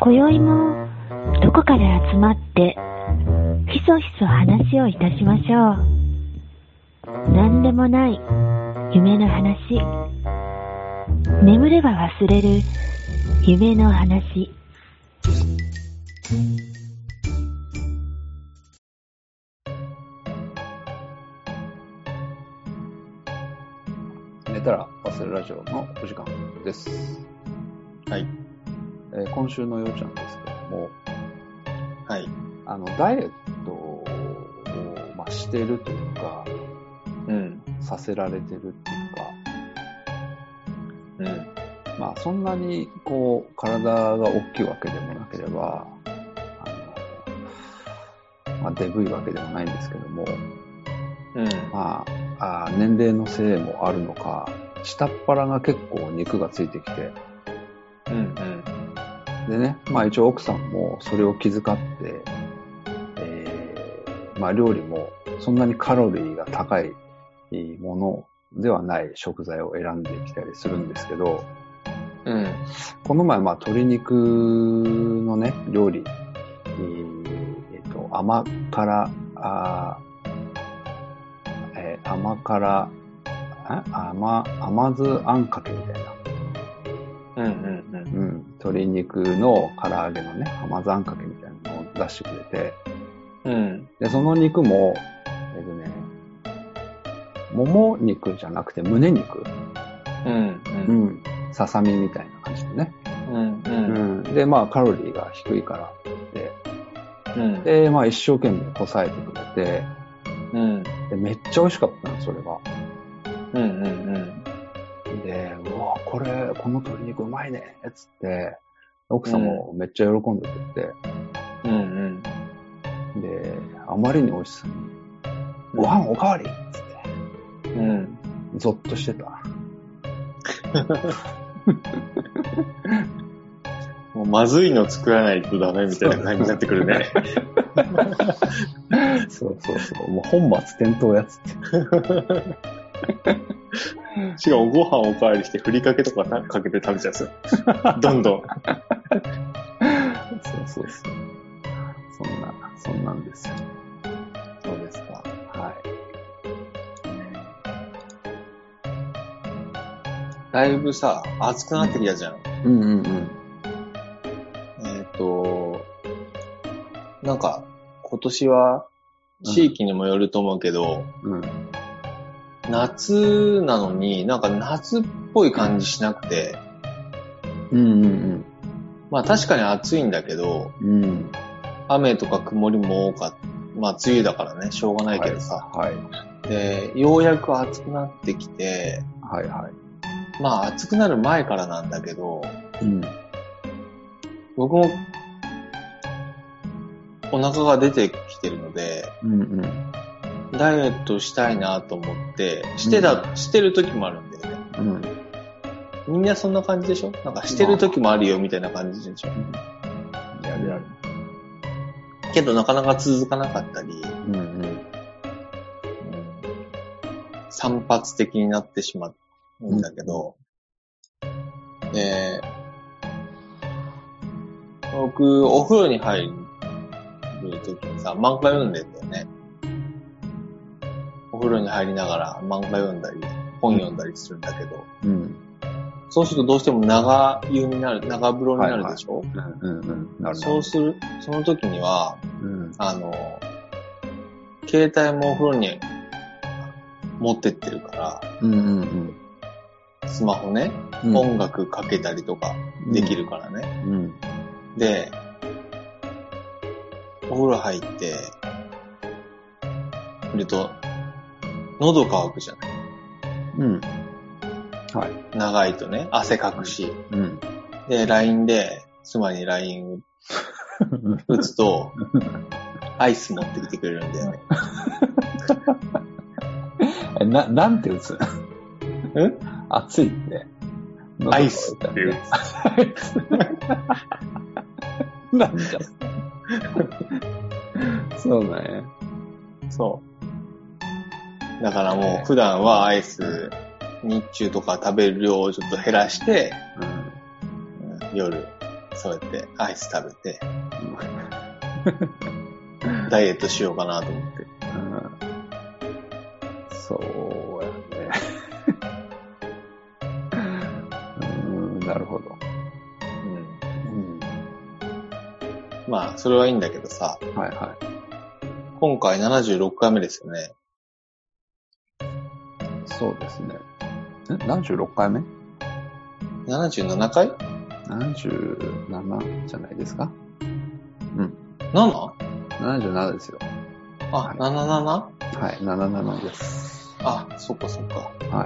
今宵もどこかで集まってひそひそ話をいたしましょう。何でもない夢の話、眠れば忘れる夢の話。 寝たら忘れるラジオのお時間です。 はい。 今週のようちゃんですけども、 はい。 ダイエットを、してるというか、させられてるっていうか、そんなに体が大きいわけでもなければ、デブいわけでもないんですけども、年齢のせいもあるのか、下っ腹が結構肉がついてきて、でね、一応奥さんもそれを気遣って、料理もそんなにカロリーが高いものではない食材を選んできたりするんですけど、この前鶏肉のね、料理、甘酢あんかけみたいな。鶏肉の唐揚げのね、甘酢あんかけみたいなのを出してくれて、で、その肉も、もも肉じゃなくて胸肉。ささみみたいな感じでね。で、カロリーが低いからで、一生懸命こさえてくれて、で、めっちゃ美味しかったの、それが。で、うわ、この鶏肉うまいねっつって、奥さんもめっちゃ喜んでくれて、で、あまりに美味しさに、ご飯おかわりっつって、ゾッとしてた。 もうまずいの作らないとダメみたいな感じになってくるね。 そう。もう本末転倒やつって。 しかもご飯おかわりしてふりかけとかかけて食べちゃうんですよ。どんどん。 そう。そんなんですよ。 そうですか。 はい。 だいぶさ、暑くなってきたじゃん。なんか、今年は地域にもよると思うけど、夏なのになんか夏っぽい感じしなくて、確かに暑いんだけど、雨とか曇りも多かった。梅雨だからね、しょうがないけどさ。で、ようやく暑くなってきて、暑くなる前からなんだけど、僕もお腹が出てきてるので、ダイエットしたいなと思って、してる時もあるんだよね。みんなそんな感じでしょ？なんかしてる時もあるよみたいな感じでしょ？ やる。 けどなかなか続かなかったり、散発的になってしまうんだけど、僕、お風呂に入る時にさ、漫画読んでんだよね。お風呂に入りながら漫画読んだり、本読んだりするんだけど、そうするとどうしても長風呂になるでしょ？そうする、その時には、携帯もお風呂に持ってってるから、スマホね、音楽かけたりとかできるからね。で、お風呂入って、すると、喉乾くじゃない。長いとね、汗かくし。で、LINE で、妻に LINE 打つと、アイス持ってきてくれるんだよね。 なんて打つ？暑いって。 アイスって打つ。 なんじゃ。そうね。 そう。だからもう普段はアイス、日中とか食べる量をちょっと減らして、夜そうやってアイス食べて、ダイエットしようかなと思って。 そうやね。なるほど。 まあ、それはいいんだけどさ。 はいはい。 今回76回目ですよね。 そうですね。76回目 ?77 回 ?77 じゃないですか。うん。 7?77 ですよ。 あ、はい、77? はい、77です。 あ、そっかそっか。 はい。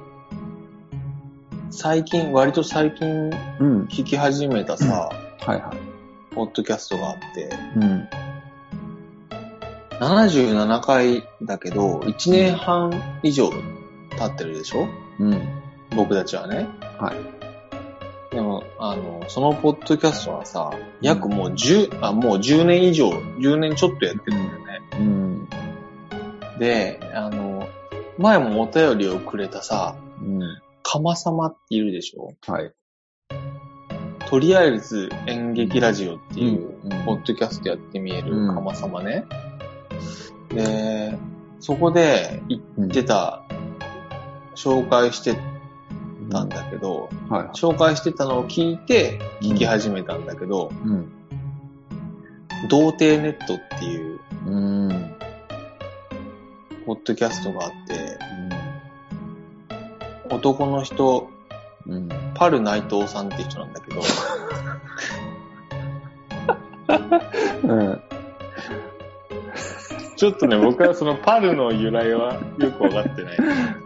割と最近、聞き始めたさ、 はいはい。 ポッドキャストがあって、 77 回だけど、1年半以上経ってるでしょ？僕たちはね。 はい。 でも、そのポッドキャストはさ、約もう10年以上、10年ちょっとやってるんだよね。で、前もお便りをくれたさ、かまさまっているでしょ？ はい。 とりあえず演劇ラジオっていう、ポッドキャストやってみえるかまさまね。で、そこで言ってた、紹介してたんだけど、紹介してたのを聞いて聞き始めたんだけど、童貞ネットっていう、ポッドキャストがあって、男の人、パル内藤さんっていう人なんだけど、ちょっとね、僕はそのパルの由来はよくわかってない。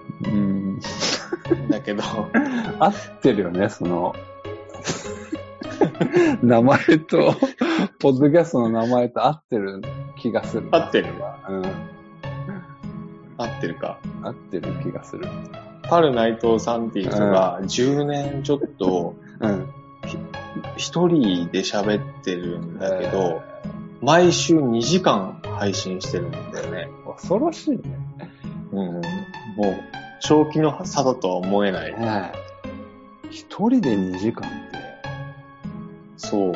だけど、 合ってるよね、その、名前と、ポッドキャストの名前と合ってる気がする。 合ってるわ。合ってるか。 合ってる気がする。 パル内藤さんっていう人が10年ちょっと一人で喋ってるんだけど、毎週2時間配信してるんだよね。 恐ろしいね。 もう正気の差だとは思えない。 一人で2時間って。 そう。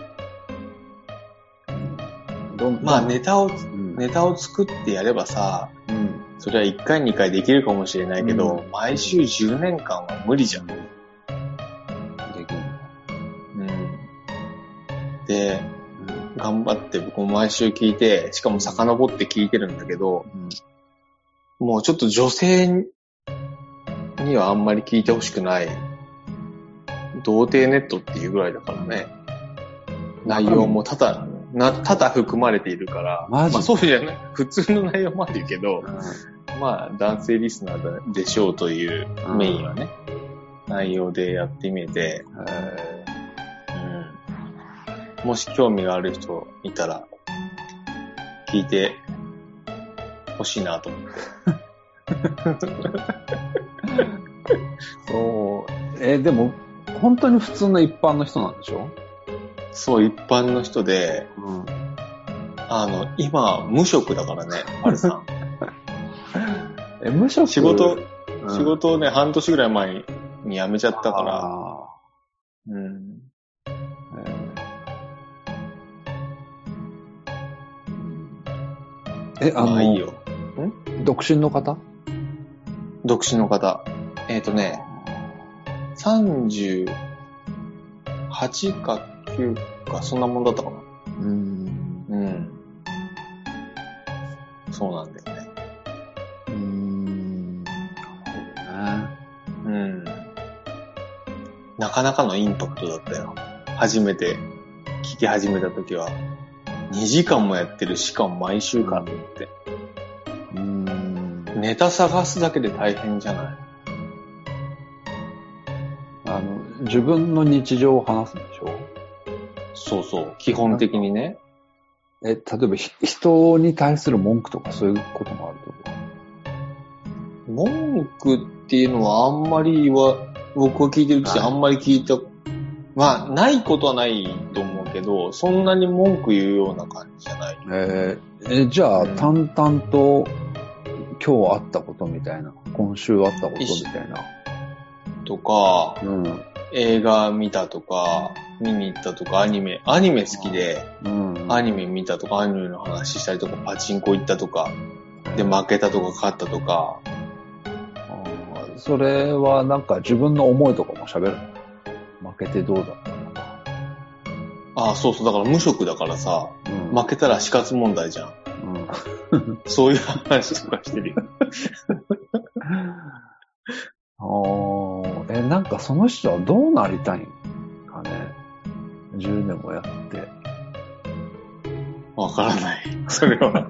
まあネタを作ってやればさ、それは1回2回できるかもしれないけど、毎週10年間は無理じゃん。できる。で、頑張って僕も毎週聞いて、しかも遡って聞いてるんだけど、もうちょっと女性にはあんまり聞いてほしくない、童貞ネットっていうぐらいだからね。内容も多々含まれているから、まあそうじゃない、普通の内容もあるけど、まあ男性リスナーでしょうというメインはね、内容でやってみて、もし興味がある人いたら聞いてほしいなと思って。 そう。でも本当に普通の一般の人なんでしょ？ そう、一般の人で、今無職だからね、パルさん。無職？ 仕事をね、半年ぐらい前に辞めちゃったから、まあいいよ。 独身の方？ 独身の方。38か9か、そんなもんだったかな。そうなんだよね。なかなかのインパクトだったよ。聞き始めた時は。2時間もやってる、しかも毎週かと思って。ネタ探すだけで大変じゃない？ 自分の日常を話すんでしょ？ そうそう、基本的にね。 例えば人に対する文句とかそういうこともあるってこと？ 文句っていうのはあんまり僕は聞いてるし、あんまり聞いた、まあ、ないことはないと思うけど、そんなに文句言うような感じじゃない。 じゃあ、淡々と今日あったことみたいな、今週あったことみたいな。 とか、 映画見たとか、見に行ったとか、アニメ好きで、アニメ見たとか、アニメの話したりとか、パチンコ行ったとか、で、負けたとか勝ったとか。 それはなんか自分の思いとかも喋るの？負けてどうだったのか。 ああ、そうそう。だから無職だからさ、負けたら死活問題じゃん。そういう話とかしてるよ。 なんかその人はどうなりたいんかね。10年もやって。 わからない。それは。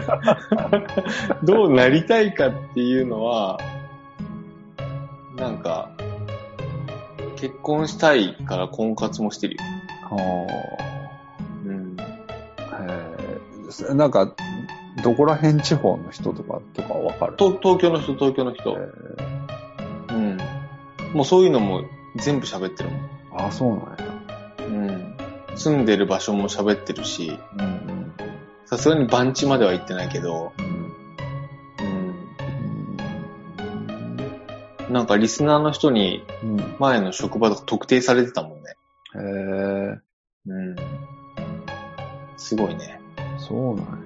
どうなりたいかっていうのは、なんか、結婚したいから婚活もしてるよ。 なんか、どこら辺地方の人とかわかる？ 東京の人。もうそういうのも全部喋ってるもん。 あ、そうなんや。 住んでる場所も喋ってるし、さすがに番地までは行ってないけど、なんかリスナーの人に前の職場とか特定されてたもんね。すごいね。 そうなん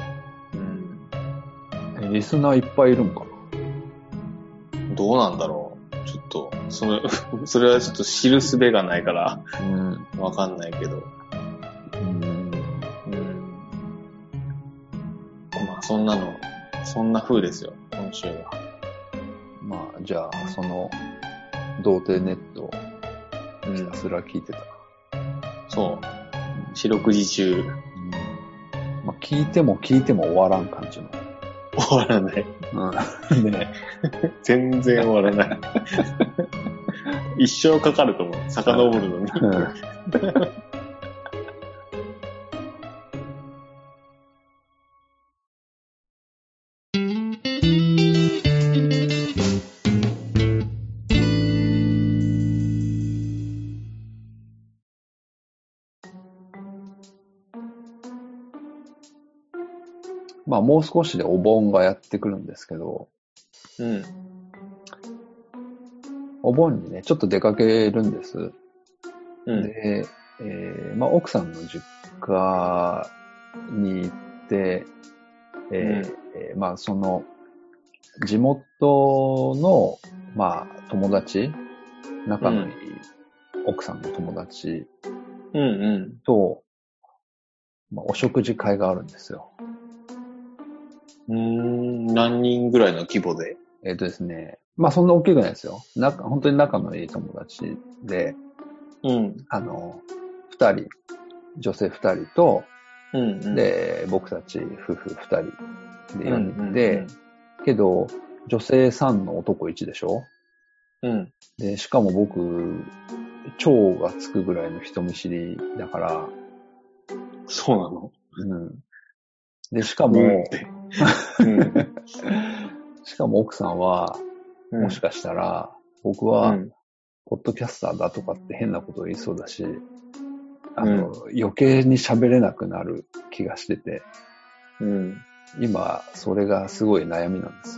や。リスナーいっぱいいるんかな？どうなんだろう。ちょっと、それはちょっと知る術がないから、わかんないけど。まあ、そんな風ですよ、今週は。 まあ、じゃあ、童貞ネットをひたすら聞いてた。 そう。四六時中。 まあ、聞いても終わらん感じの。 終わらない。ね。全然終わらない。一生かかると思う。遡るのに。 まあ、もう少しでお盆がやってくるんですけど、お盆にね、ちょっと出かけるんです。で、まあ、奥さんの実家に行って、まあ、地元の、まあ、友達、仲のいい奥さんの友達と、まあ、お食事会があるんですよ。 何人ぐらいの規模で？ ですね、まあそんな大きくないですよ。本当に仲のいい友達で、二人、女性二人と、で、僕たち夫婦二人で4人で、けど、女性3の男1でしょ？で、しかも僕、腸がつくぐらいの人見知りだから。 そうなの？ で、しかも、しかも奥さんは、もしかしたら、僕は、ポッドキャスターだとかって変なことを言いそうだし、余計に喋れなくなる気がしてて、今、それがすごい悩みなんです。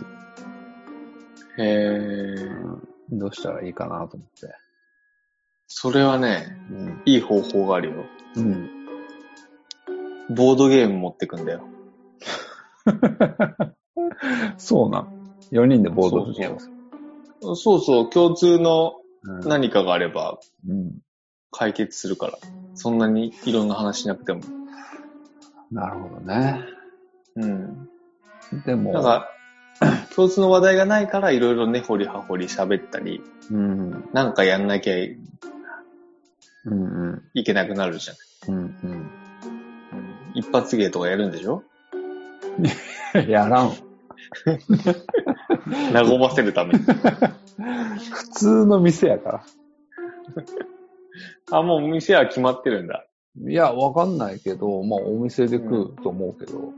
どうしたらいいかなと思って。 それはね、いい方法があるよ。ボードゲーム持ってくんだよ。 そうなん。4人でボードゲーム。 そうそう、共通の何かがあれば、解決するから。そんなにいろんな話しなくても。 なるほどね。でも、 なんか、共通の話題がないからいろいろ根掘り葉掘り喋ったり、なんかやんなきゃいけなくなるじゃん。一発芸とかやるんでしょ？ やらん。 和ませるために。 普通の店やから。 もう店は決まってるんだ。 いや、わかんないけど、まあお店で食うと思うけど。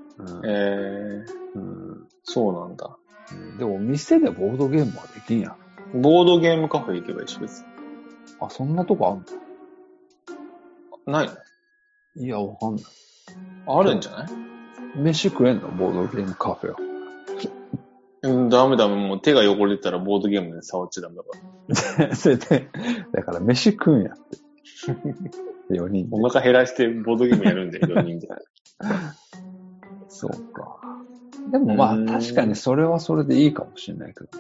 そうなんだ。 でも店でボードゲームはできんやん。ボードゲームカフェ行けばいいし別に。 あ、そんなとこあんの？ないの？ いや、わかんない。 あるんじゃない？ 飯食えんの？ボードゲームカフェは。 ダメ、もう手が汚れてたらボードゲームで触っちゃダメだから。それで、だから飯食うんやって。4人で。 お腹減らしてボードゲームやるんだよ、4人で。 そうか。でもまあ確かにそれはそれでいいかもしれないけど。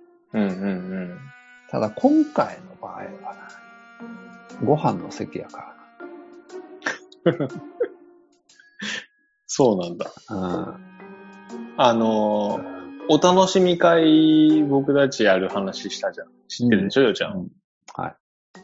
ただ今回の場合はな、ご飯の席やからな。 そうなんだ。お楽しみ会僕たちやる話したじゃん。知ってるでしょ、よちゃん。 はい。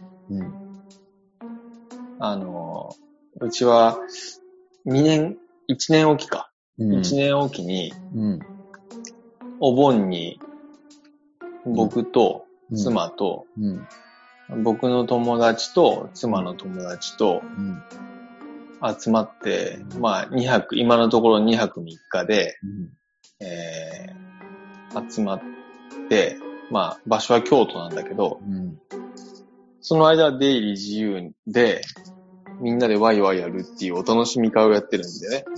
うちは1年おきか。1年おきに、お盆に僕と妻と、僕の友達と妻の友達と集まって、まあ2泊、今のところ2泊3日で、集まって、まあ場所は京都なんだけど、その間は出入り自由で、みんなでワイワイやるっていうお楽しみ会をやってるんでね。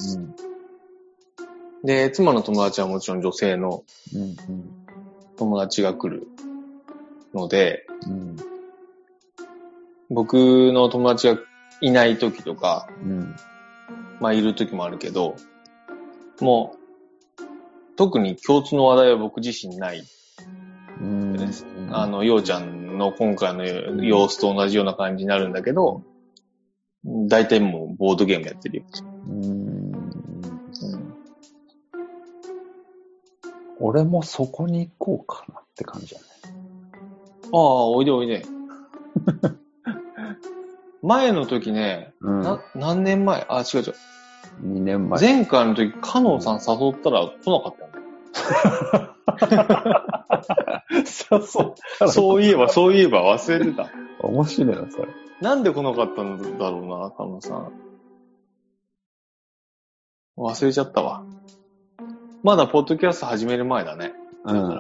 で、妻の友達はもちろん女性の友達が来るので、僕の友達がいない時とか、まあいる時もあるけど、もう特に共通の話題は僕自身ない。ようちゃんの今回の様子と同じような感じになるんだけど、大体もうボードゲームやってるよ。 俺もそこに行こうかなって感じだね。 ああ、おいでおいで。前の時ね、何年前？違う。2 年前。 前回の時、カノンさん誘ったら来なかったんだよ。そういえば忘れてた。 面白いな、それ。 なんで来なかったんだろうな、カノンさん。忘れちゃったわ。まだポッドキャスト始める前だね。だから。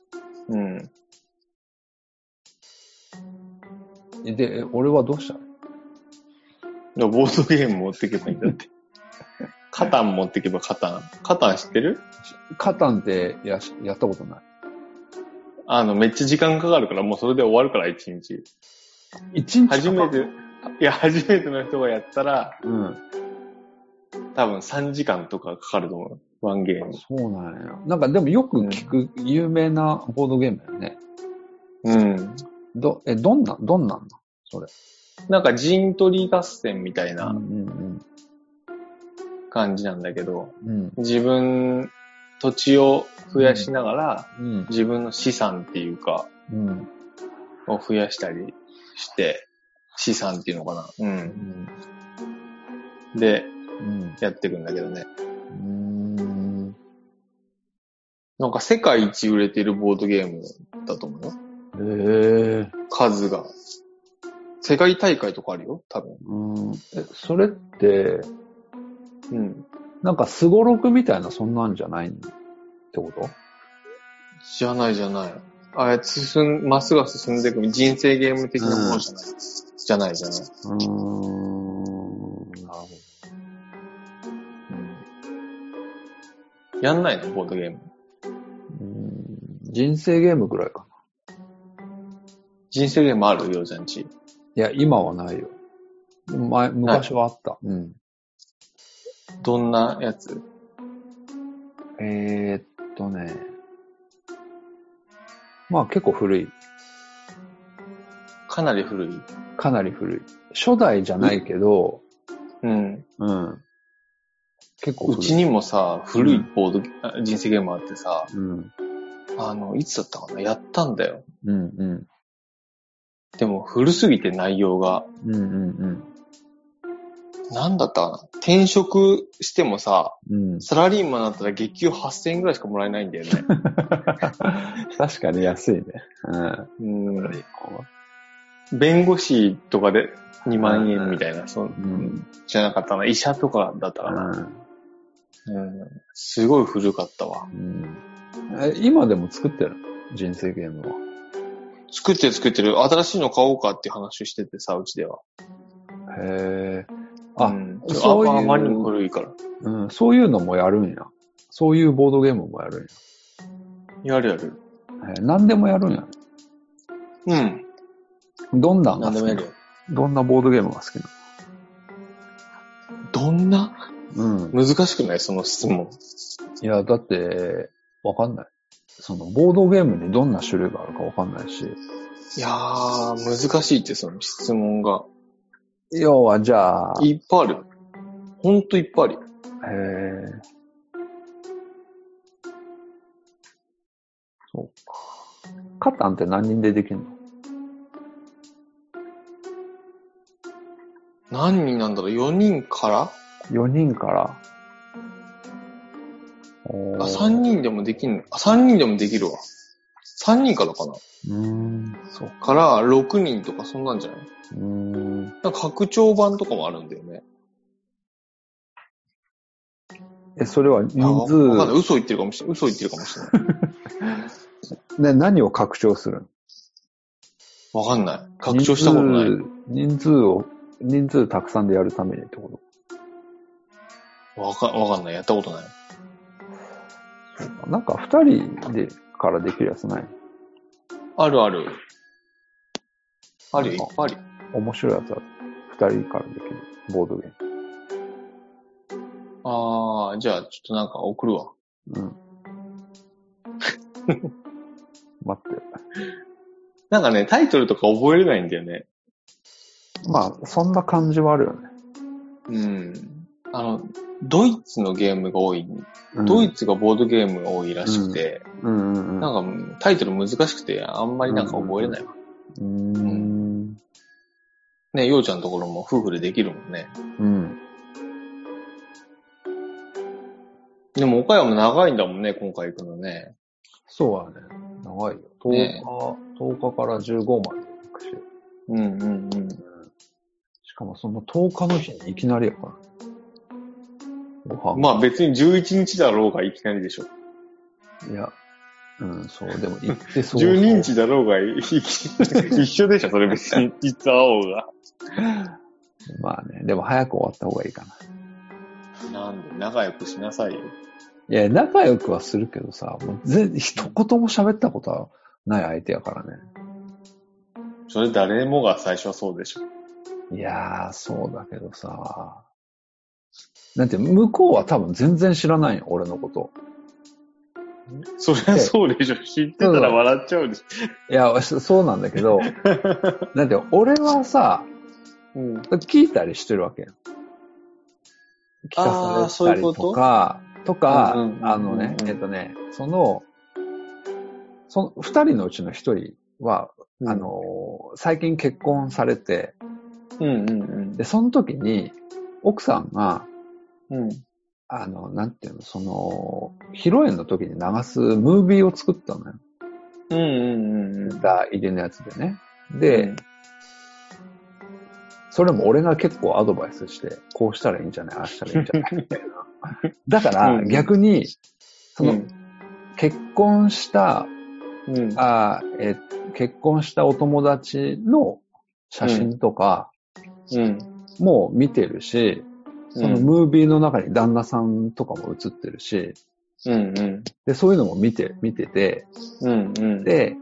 で、俺はどうしたの？ボードゲーム持ってけばいいんだって。カタン持ってけばカタン。カタン知ってる？ カタンってやったことない。 めっちゃ時間かかるから、もうそれで終わるから、1日。 1日初めての人がやったら、多分3時間とかかかると思う。ワンゲーム。 そうなんや。なんかでもよく聞く有名なボードゲームだよね。どんなんのそれ。 なんか陣取り合戦みたいな感じなんだけど、自分、土地を増やしながら、自分の資産っていうか、を増やしたりして、資産っていうのかな。で、やっていくんだけどね。なんか世界一売れてるボードゲームだと思うよ。数が。世界大会とかあるよ、多分。 それって、なんかスゴロクみたいなそんなんじゃないってことじゃない。まっすぐ進んでいく人生ゲーム的なものじゃない。じゃない。なるほど。やんないのボードゲーム。 人生ゲームぐらいかな。 人生ゲームあるよ、ちゃんち。 いや、今はないよ。昔はあった。 どんなやつ？ まあ結構古い。 かなり古い。 初代じゃないけど、結構古い。 うちにもさ、古いボード、人生ゲームあってさ、いつだったかな？やったんだよ。でも古すぎて内容が。なんだったかな？転職してもさ、サラリーマンだったら月給8000円ぐらいしかもらえないんだよね。 確かに安いね。 弁護士とかで2万円みたいな、じゃなかったな。医者とかだったかな。すごい古かったわ。 今でも作ってる人生ゲームは。 作ってる。新しいの買おうかっていう話をしててさ、うちでは。 へー。 そういう。あまりにも古いから。 そういうのもやるんや。そういうボードゲームもやるんや。 やるやる。 何でもやるんや。 うん。 どんなのが好きなの？ 何でもやるよ。 どんなボードゲームが好きなの？ どんな？ うん。 難しくない？その質問。 いや、だって、わかんない。その、ボードゲームにどんな種類があるかわかんないし。 いやー、難しいってその質問が。 要は、じゃあ。 いっぱいある。ほんといっぱいある。 そうか。カタンって何人でできるの？ 何人なんだろう？ 4 人から？ 4 人から。 3人でもできんの？あ、3人でもできるわ。3人からかな？ そう。 から6人とかそんなんじゃない？なんか拡張版とかもあるんだよね。 それは人数。 わかんない。嘘言ってるかもしれない。 ね、何を拡張するの？わかんない。拡張したことない。 人数たくさんでやるためにってこと？ わかんない。やったことない。 なんか2人でからできるやつない？ ある。あるよ、いっぱいある。 面白いやつある。2人からできるボードゲーム。 あー、じゃあちょっとなんか送るわ。 うん。待って。 なんかね、タイトルとか覚えれないんだよね。 まあ、そんな感じはあるよね。 うん。ドイツのゲームが多い。ドイツがボードゲームが多いらしくて、なんかタイトル難しくてあんまりなんか覚えれないわ。ね、ようちゃんのところも夫婦でできるもんね。 うん。 でも岡山長いんだもんね、今回行くのね。 そうはね、長いよ。10日から15まで行くし。しかもその10日の日にいきなりやから。 まあ別に11日だろうがいきなりでしょ。 いや、そう、でも行ってそう。 12日だろうが一緒でしょ、それ別に。いつ会おうが。 まあね、でも早く終わった方がいいかな。なんで、仲良くしなさいよ。 いや、仲良くはするけどさ、もう一言も喋ったことはない相手やからね。 それ誰もが最初はそうでしょ。 いやー、そうだけどさ。なんて、向こうは多分全然知らないよ、俺のこと。 そりゃそうでしょ。知ってたら笑っちゃうでしょ。 いや、そうなんだけど、だって俺はさ、聞いたりしてるわけよ。聞かされたりとか、その二人のうちの一人は、最近結婚されて、で、その時に、奥さんが、なんていうの、披露宴の時に流すムービーを作ったのよ。歌入りのやつでね。で、それも俺が結構アドバイスして、こうしたらいいんじゃない、ああしたらいいんじゃないみたいな。だから逆に、結婚したお友達の写真とかも見てるし、そのムービーの中に旦那さんとかも映ってるし、で、そういうのも見てて、で、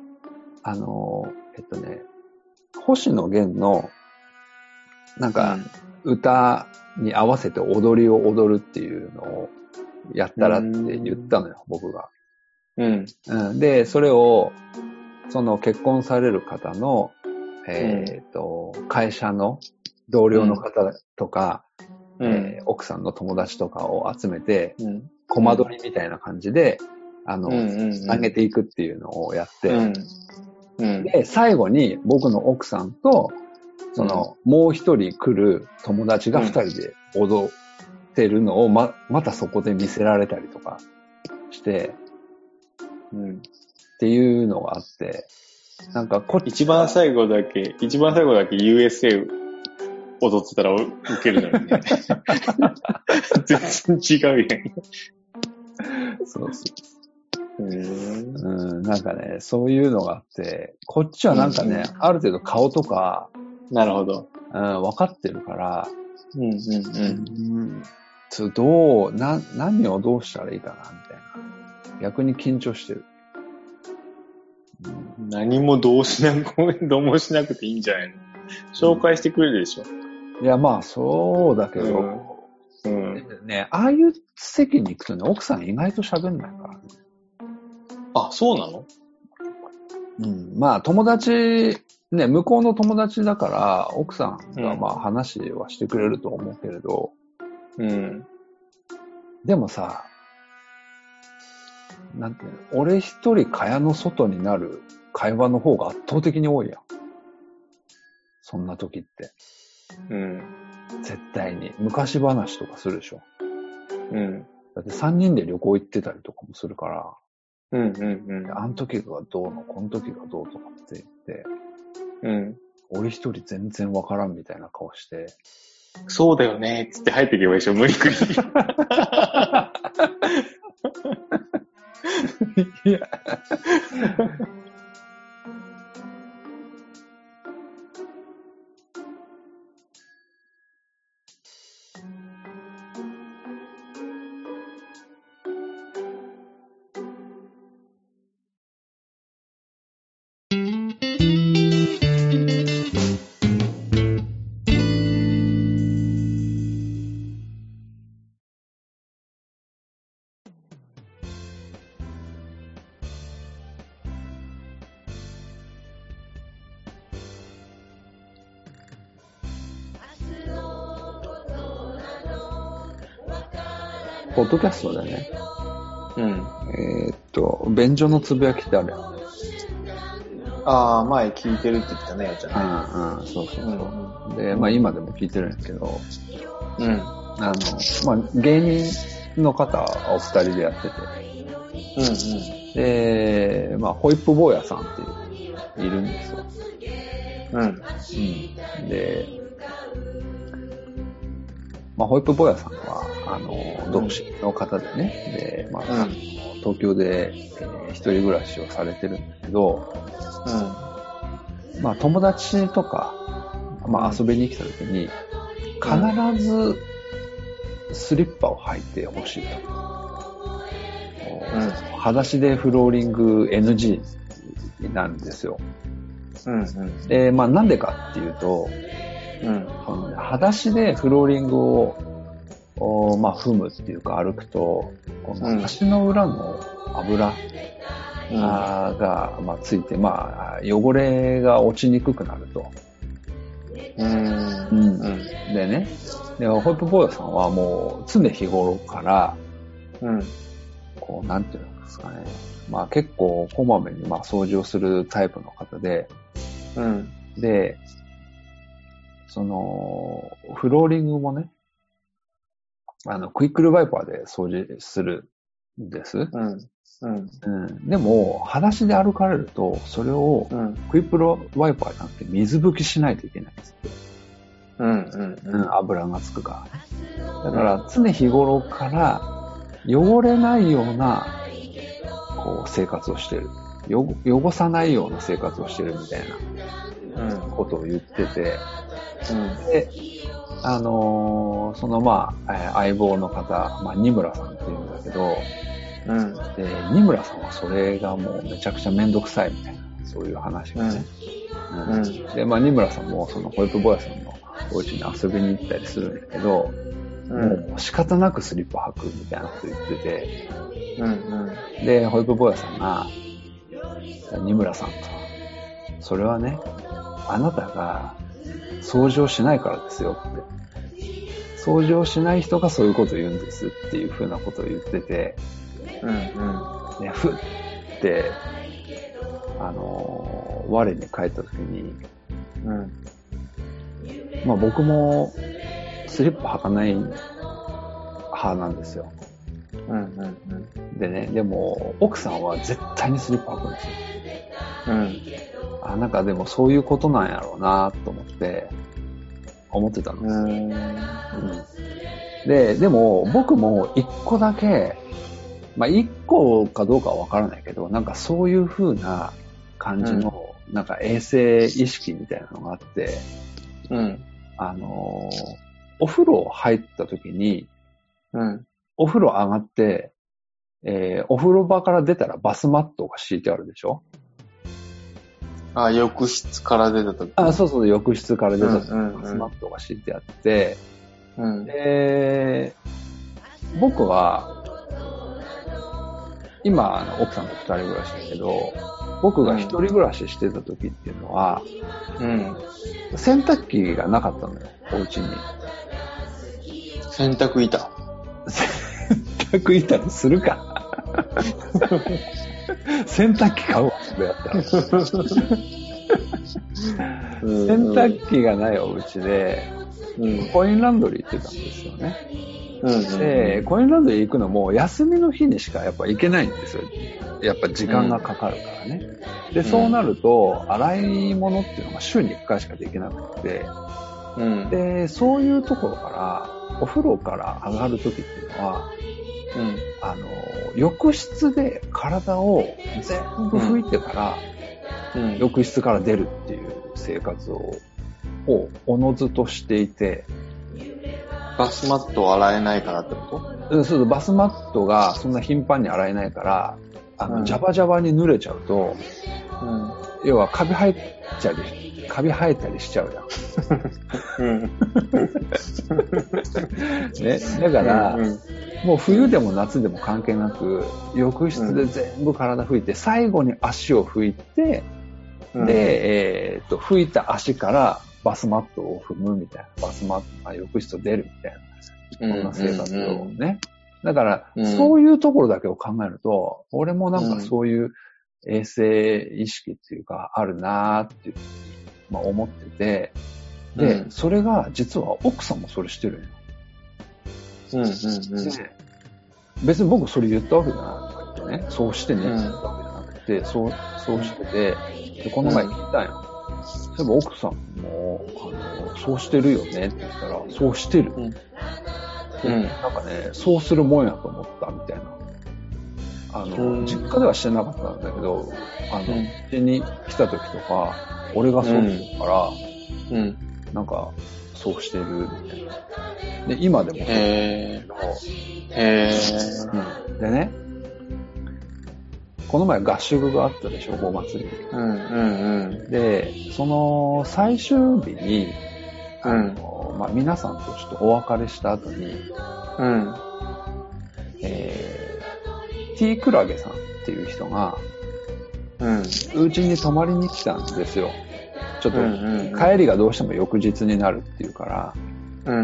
星野源の、なんか、歌に合わせて踊りを踊るっていうのをやったらって言ったのよ、僕が。で、それを、その結婚される方の、会社の同僚の方とか、奥さんの友達とかを集めて、コマ撮りみたいな感じで、上げていくっていうのをやって、で、最後に僕の奥さんと、もう一人来る友達が二人で踊ってるのをまたそこで見せられたりとかして、っていうのがあって、なんか一番最後だけ USA 踊ってたらウケるのにね。全然違うやん。 そうそう。なんかね、そういうのがあって、こっちはなんかね、ある程度顔とか、 なるほど。 分かってるから、何をどうしたらいいかな、みたいな。逆に緊張してる。 何もどうもしなくていいんじゃないの？紹介してくれるでしょ。 いや、まあ、そうだけど、ね、ああいう席に行くとね、奥さん意外と喋んないからね。 あ、そうなの？ まあ、友達、ね、向こうの友達だから、奥さんがまあ話はしてくれると思うけれど、でもさ、なんていうの、俺一人蚊帳の外になる会話の方が圧倒的に多いやん。そんな時って。絶対に。昔話とかするでしょ。だって3人で旅行行ってたりとかもするから、あの時がどうの、この時がどうとかって言って、俺一人全然わからんみたいな顔して、 そうだよねーつって入っていけばいいでしょ、無理くり。 いや。ポッドキャストでね、便所のつぶやきってあるやん。 ああ、前聞いてるって言ってたね、じゃあ。そうそうそう。で、まあ今でも聞いてるんやけど、まあ芸人の方お二人でやってて、で、まあホイップ坊やさんっているんですよ。で、まあホイップ坊やさんは、独身の方でね、で、まあ、東京で、一人暮らしをされてるんだけど、まあ友達とか、まあ遊びに来た時に、必ずスリッパを履いてほしいと。裸足でフローリング NG なんですよ。で、まあなんでかっていうと、裸足でフローリングを、まあ踏むっていうか歩くと、この足の裏の油が、まあ、ついて、まあ、汚れが落ちにくくなると。でね、でホイップ坊やさんはもう常日頃から、こう、なんていうんですかね。まあ結構こまめにまあ掃除をするタイプの方で、で、その、フローリングもね、クイックルワイパーで掃除するんです。でも、裸足で歩かれると、それを、クイックルワイパーじゃなくて水拭きしないといけないんですって。油がつくから。だから、常日頃から汚れないような、こう、生活をしてる。汚さないような生活をしてるみたいな、ことを言ってて、で、そのまあ、相棒の方、まあ、二村さんって言うんだけど、で、二村さんはそれがもうめちゃくちゃめんどくさいみたいな、そういう話がね。で、まあ、二村さんもそのホイップ坊やさんのお家に遊びに行ったりするんだけど、もう仕方なくスリッパ履くみたいなこと言ってて、で、ホイップ坊やさんが、二村さんと、それはね、あなたが掃除をしないからですよって。掃除をしない人がそういうことを言うんですっていうふうなことを言ってて、ね、ふって、我に帰った時に、まあ僕もスリッパ履かない派なんですよ。でね、でも奥さんは絶対にスリッパ履くんですよ。なんかでもそういうことなんやろうなと思ってたんです。でも僕も一個だけ、まあ一個かどうかはわからないけど、なんかそういう風な感じの、なんか衛生意識みたいなのがあって、お風呂入った時に、お風呂上がって、お風呂場から出たらバスマットが敷いてあるでしょ？ あ、浴室から出た時。 あ、そうそう、浴室から出た時、バスマットが敷いてあって、で、僕は、今、奥さんと二人暮らしだけど、僕が一人暮らししてた時っていうのは、洗濯機がなかったのよ、お家に。 洗濯板。 洗濯板にするか。洗濯機買うわ、それやったら。洗濯機がないお家で、コインランドリー行ってたんですよね。で、コインランドリー行くのも休みの日にしかやっぱ行けないんですよ。やっぱ時間がかかるからね。で、そうなると、洗い物っていうのが週に1回しかできなくて、で、そういうところから、お風呂から上がるときっていうのは、浴室で体を全部拭いてから、浴室から出るっていう生活をおのずとしていて、 バスマットを洗えないからってこと？ そう、バスマットがそんな頻繁に洗えないから、ジャバジャバに濡れちゃうと、要はカビ生えたりしちゃうじゃん。ね、だから、もう冬でも夏でも関係なく、浴室で全部体拭いて、最後に足を拭いて、で、拭いた足からバスマットを踏むみたいな、バスマットが浴室を出るみたいな、そんな生活をね。だから、そういうところだけを考えると、俺もなんかそういう衛生意識っていうか、あるなーっていう、思ってて、で、それが実は奥さんもそれしてるよ。で、別に僕それ言ったわけじゃないとか言ってね、そうしてねって言ったわけじゃなくて、そうしてて、で、この前聞いたんよ。そういえば奥さんも、そうしてるよねって言ったら、そうしてる。なんかね、そうするもんやと思ったみたいな。実家ではしてなかったんだけど、うちに来た時とか、俺がそうしてるから、なんか、そうしてるみたいな。で、今でもそうでね、この前合宿があったでしょ、5月に。で、その最終日に、皆さんとちょっとお別れした後に、T クラゲさんっていう人が、うちに泊まりに来たんですよ。ちょっと、帰りがどうしても翌日になるっていうから、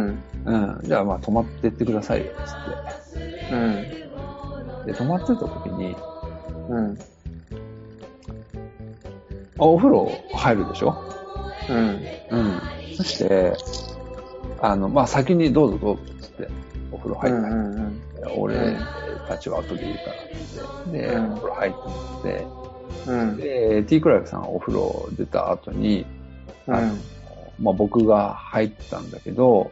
じゃあ泊まってってくださいよ、つって。で、泊まってた時に、お風呂入るでしょ？そして、先にどうぞどうぞつって、お風呂入った。俺たちは後でいいからって。で、お風呂入ってもらって、で、T クラゲさんお風呂出た後に、僕が入ったんだけど、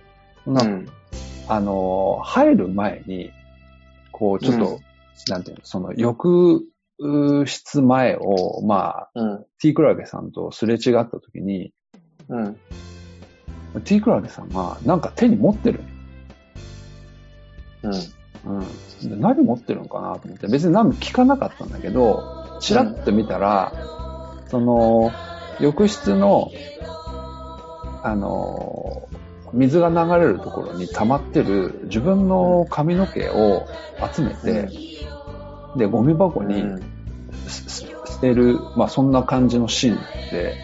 入る前に、こう、ちょっと、なんていうの、その浴室前を、T クラゲさんとすれ違った時に、T クラゲさんがなんか手に持ってる。で何持ってるのかなと思って、別に何も聞かなかったんだけど、チラッと見たら、その、浴室の、水が流れるところに溜まってる自分の髪の毛を集めて、で、ゴミ箱に捨てる、そんな感じのシーンで、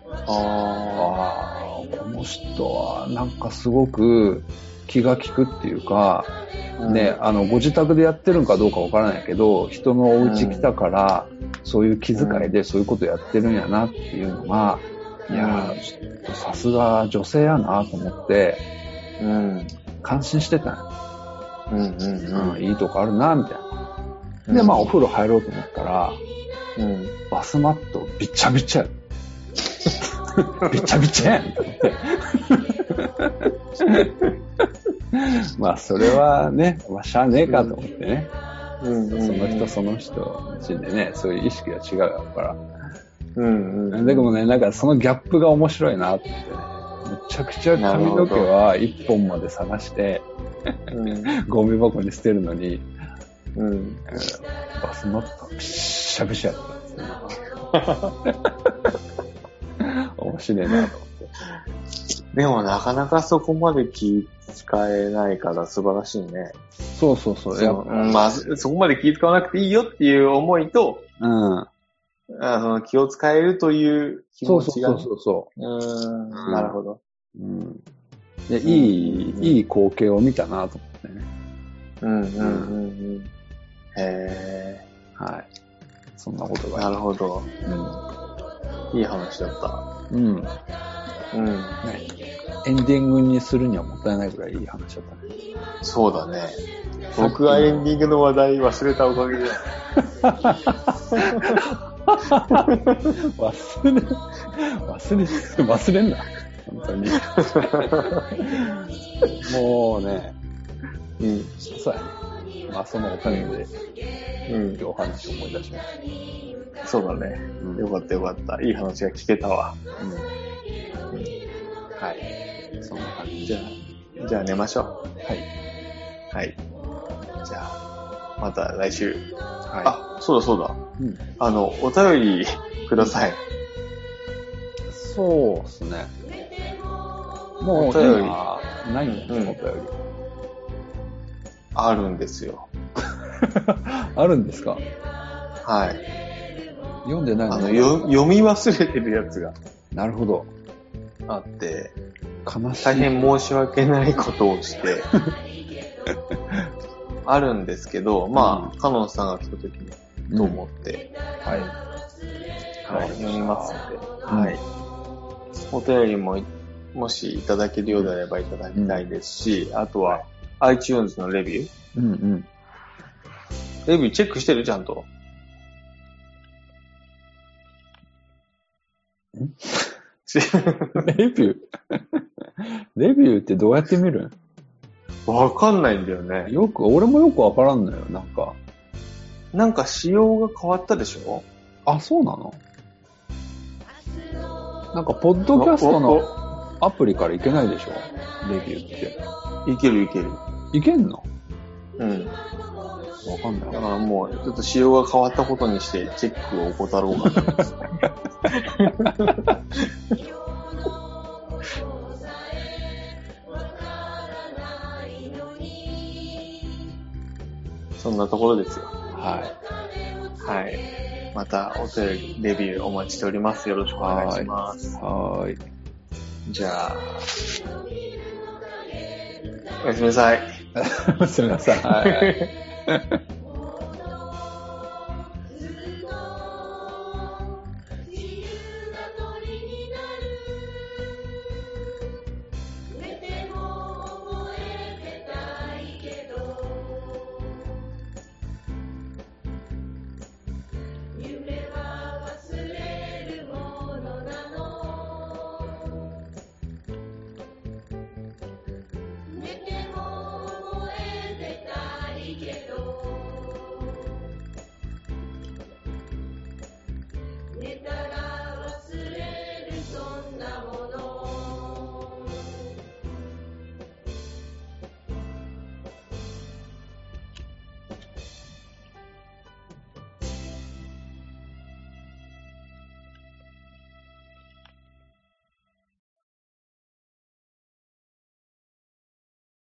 この人はなんかすごく気が利くっていうか、ね、ご自宅でやってるのかどうかわからないけど、人のお家来たから、そういう気遣いでそういうことやってるんやなっていうのが、いやー、ちょっとさすが女性やなと思って、感心してたよ。いいとこあるな、みたいな。で、お風呂入ろうと思ったら、バスマットびっちゃびちゃや。びっちゃびちゃやんと思って。それはね、しゃあねえかと思ってね。その人その人のうちでね、そういう意識が違うから。でもね、なんかそのギャップが面白いなって、ね。めちゃくちゃ髪の毛は一本まで探して、ゴミ箱に捨てるのに、バスマットびっしゃびしゃやったんですね。 しれんなと思って。 でもなかなかそこまで気使えないから素晴らしいね。 そうそうそう。 まあ、そこまで気使わなくていいよっていう思いと、気を使えるという気持ちが、ね。 そう。 なるほど。 で、いい光景を見たなと思ってね。 へー。 はい。そんなことが。 なるほど。いい話だった。 エンディングにするにはもったいないぐらいいい話だったね。 そうだね。僕がエンディングの話題忘れたおかげで。 忘れんな。本当に。もうね。そうやね。まあそのおかげで、お話を思い出しました。 そうだね。よかったよかった。いい話が聞けたわ。 はい。そんな感じ。 じゃあ寝ましょう。はい。じゃあ、また来週。あ、そうだ。お便りください。 そうっすね。もうお便りないんだよ、お便り。 あるんですよ。 あるんですか？ はい。 読んでないの？ 読み忘れてるやつが。 なるほど。 あって、 悲しい。 大変申し訳ないことをして、あるんですけど、まあ、カノンさんが来た時に、と思って、はい、読みますので、はい。お便りも、もしいただけるようであればいただきたいですし、あとは、iTunes のレビュー。レビューチェックしてる？ちゃんと。 レビューってどうやって見るん？わかんないんだよね。 俺もよくわからんのよ、 なんか仕様が変わったでしょ？ あ、そうなの？なんか、ポッドキャストのアプリからいけないでしょ？レビューって。 いける。 いけんの？わかんない。 だからもう、ちょっと仕様が変わったことにして、チェックを怠ろうかな。そんなところですよ。はい。またお便り、レビューお待ちしております。よろしくお願いします。 はい。 じゃあ、おやすみなさい。 おやすみなさい。 寝た